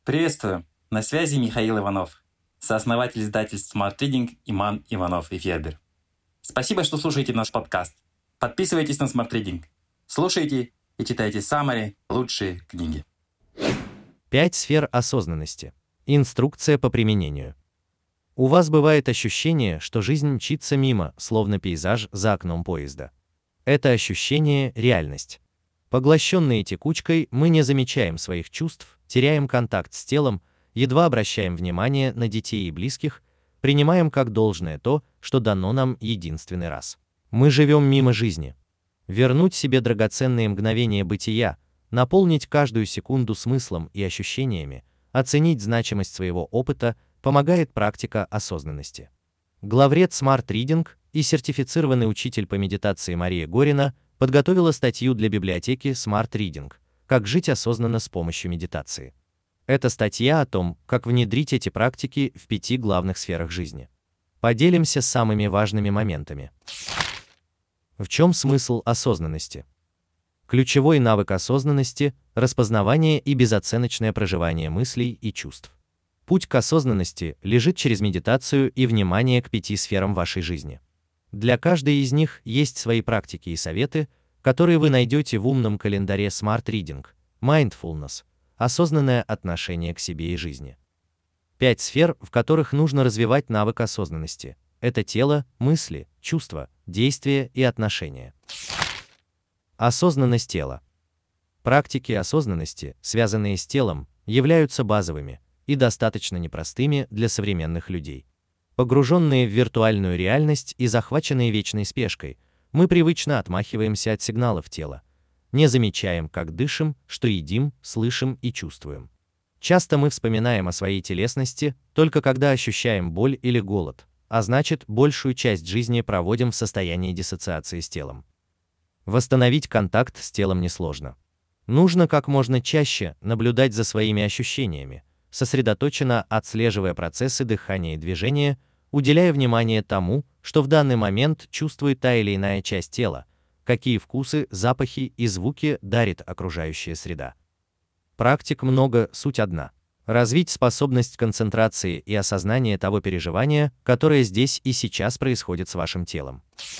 Приветствую! На связи Михаил Иванов, сооснователь издательств Smart Reading Иман Иванов и Федер. Спасибо, что слушаете наш подкаст. Подписывайтесь на Smart Reading. Слушайте и читайте самые лучшие книги. 5 сфер осознанности. Инструкция по применению. У вас бывает ощущение, что жизнь мчится мимо, словно пейзаж за окном поезда. Это ощущение – реальность. Поглощенные текучкой, мы не замечаем своих чувств, теряем контакт с телом, едва обращаем внимание на детей и близких, принимаем как должное то, что дано нам единственный раз. Мы живем мимо жизни. Вернуть себе драгоценные мгновения бытия, наполнить каждую секунду смыслом и ощущениями, оценить значимость своего опыта помогает практика осознанности. Главред Smart Reading и сертифицированный учитель по медитации Мария Горина подготовила статью для библиотеки Smart Reading «Как жить осознанно с помощью медитации». Это статья о том, как внедрить эти практики в 5 главных сферах жизни. Поделимся самыми важными моментами. В чем смысл осознанности? Ключевой навык осознанности – распознавание и безоценочное проживание мыслей и чувств. Путь к осознанности лежит через медитацию и внимание к 5 сферам вашей жизни. Для каждой из них есть свои практики и советы, которые вы найдете в умном календаре Smart Reading, Mindfulness, осознанное отношение к себе и жизни. 5 сфер, в которых нужно развивать навык осознанности – это тело, мысли, чувства, действия и отношения. Осознанность тела. Практики осознанности, связанные с телом, являются базовыми и достаточно непростыми для современных людей. Погруженные в виртуальную реальность и захваченные вечной спешкой, мы привычно отмахиваемся от сигналов тела, не замечаем, как дышим, что едим, слышим и чувствуем. Часто мы вспоминаем о своей телесности только когда ощущаем боль или голод, а значит, большую часть жизни проводим в состоянии диссоциации с телом. Восстановить контакт с телом несложно. Нужно как можно чаще наблюдать за своими ощущениями, сосредоточенно отслеживая процессы дыхания и движения, уделяя внимание тому, что в данный момент чувствует та или иная часть тела, какие вкусы, запахи и звуки дарит окружающая среда. Практик много, суть одна. Развить способность концентрации и осознания того переживания, которое здесь и сейчас происходит с вашим телом.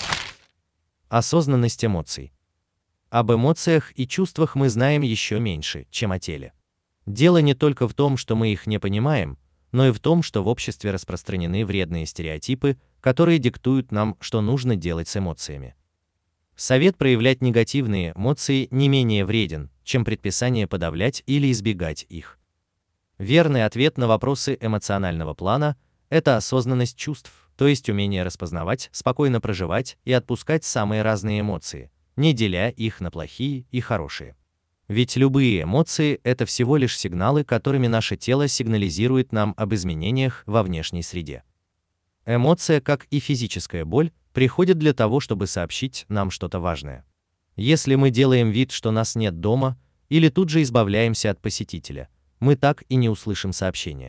Осознанность эмоций. Об эмоциях и чувствах мы знаем еще меньше, чем о теле. Дело не только в том, что мы их не понимаем, но и в том, что в обществе распространены вредные стереотипы, которые диктуют нам, что нужно делать с эмоциями. Совет проявлять негативные эмоции не менее вреден, чем предписание подавлять или избегать их. Верный ответ на вопросы эмоционального плана – это осознанность чувств, то есть умение распознавать, спокойно проживать и отпускать самые разные эмоции, не деля их на плохие и хорошие. Ведь любые эмоции – это всего лишь сигналы, которыми наше тело сигнализирует нам об изменениях во внешней среде. Эмоция, как и физическая боль, приходит для того, чтобы сообщить нам что-то важное. Если мы делаем вид, что нас нет дома, или тут же избавляемся от посетителя, мы так и не услышим сообщение.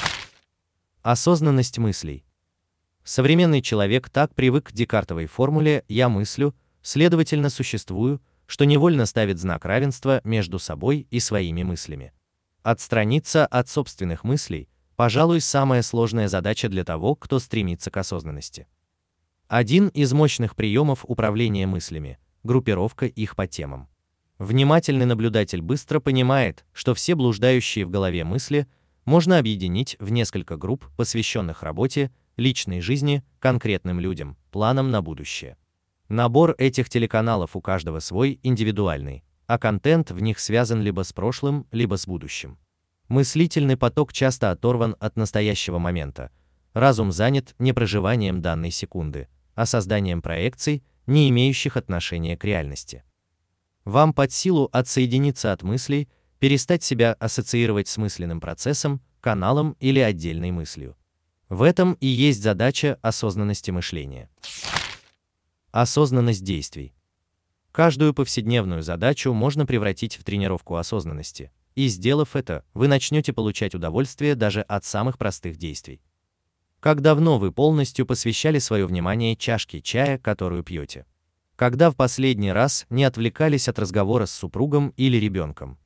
Осознанность мыслей. Современный человек так привык к Декартовой формуле «я мыслю, следовательно существую», что невольно ставит знак равенства между собой и своими мыслями. Отстраниться от собственных мыслей, пожалуй, самая сложная задача для того, кто стремится к осознанности. Один из мощных приемов управления мыслями – группировка их по темам. Внимательный наблюдатель быстро понимает, что все блуждающие в голове мысли можно объединить в несколько групп, посвященных работе, личной жизни, конкретным людям, планам на будущее. Набор этих телеканалов у каждого свой, индивидуальный, а контент в них связан либо с прошлым, либо с будущим. Мыслительный поток часто оторван от настоящего момента. Разум занят не проживанием данной секунды, а созданием проекций, не имеющих отношения к реальности. Вам под силу отсоединиться от мыслей, перестать себя ассоциировать с мысленным процессом, каналом или отдельной мыслью. В этом и есть задача осознанности мышления. Осознанность действий. Каждую повседневную задачу можно превратить в тренировку осознанности, и сделав это, вы начнете получать удовольствие даже от самых простых действий. Как давно вы полностью посвящали свое внимание чашке чая, которую пьете? Когда в последний раз не отвлекались от разговора с супругом или ребенком?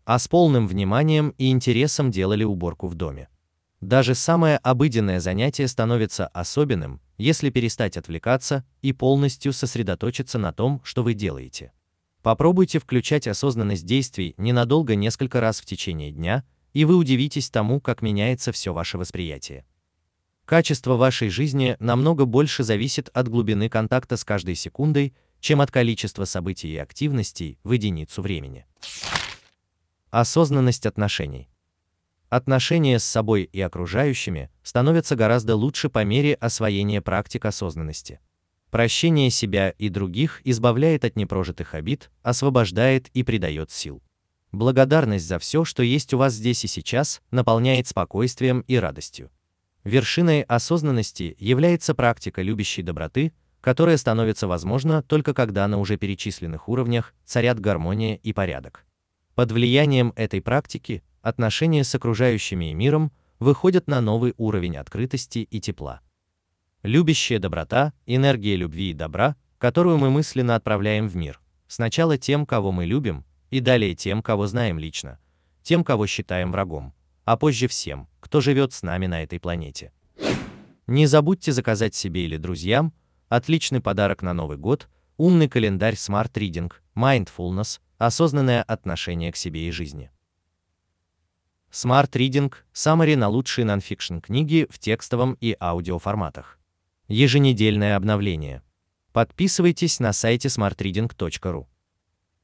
а с полным вниманием и интересом делали уборку в доме. Даже самое обыденное занятие становится особенным, если перестать отвлекаться и полностью сосредоточиться на том, что вы делаете. Попробуйте включать осознанность действий ненадолго несколько раз в течение дня, и вы удивитесь тому, как меняется все ваше восприятие. Качество вашей жизни намного больше зависит от глубины контакта с каждой секундой, чем от количества событий и активностей в единицу времени. Осознанность отношений. Отношения с собой и окружающими становятся гораздо лучше по мере освоения практик осознанности. Прощение себя и других избавляет от непрожитых обид, освобождает и придает сил. Благодарность за все, что есть у вас здесь и сейчас, наполняет спокойствием и радостью. Вершиной осознанности является практика любящей доброты, которая становится возможна только когда на уже перечисленных уровнях царят гармония и порядок. Под влиянием этой практики отношения с окружающими и миром выходят на новый уровень открытости и тепла. Любящая доброта – энергия любви и добра, которую мы мысленно отправляем в мир, сначала тем, кого мы любим, и далее тем, кого знаем лично, тем, кого считаем врагом, а позже всем, кто живет с нами на этой планете. Не забудьте заказать себе или друзьям отличный подарок на Новый год – умный календарь Smart Reading, Mindfulness, осознанное отношение к себе и жизни. Smart Reading – Summary на лучшие нонфикшн книги в текстовом и аудиоформатах. Еженедельное обновление. Подписывайтесь на сайте smartreading.ru.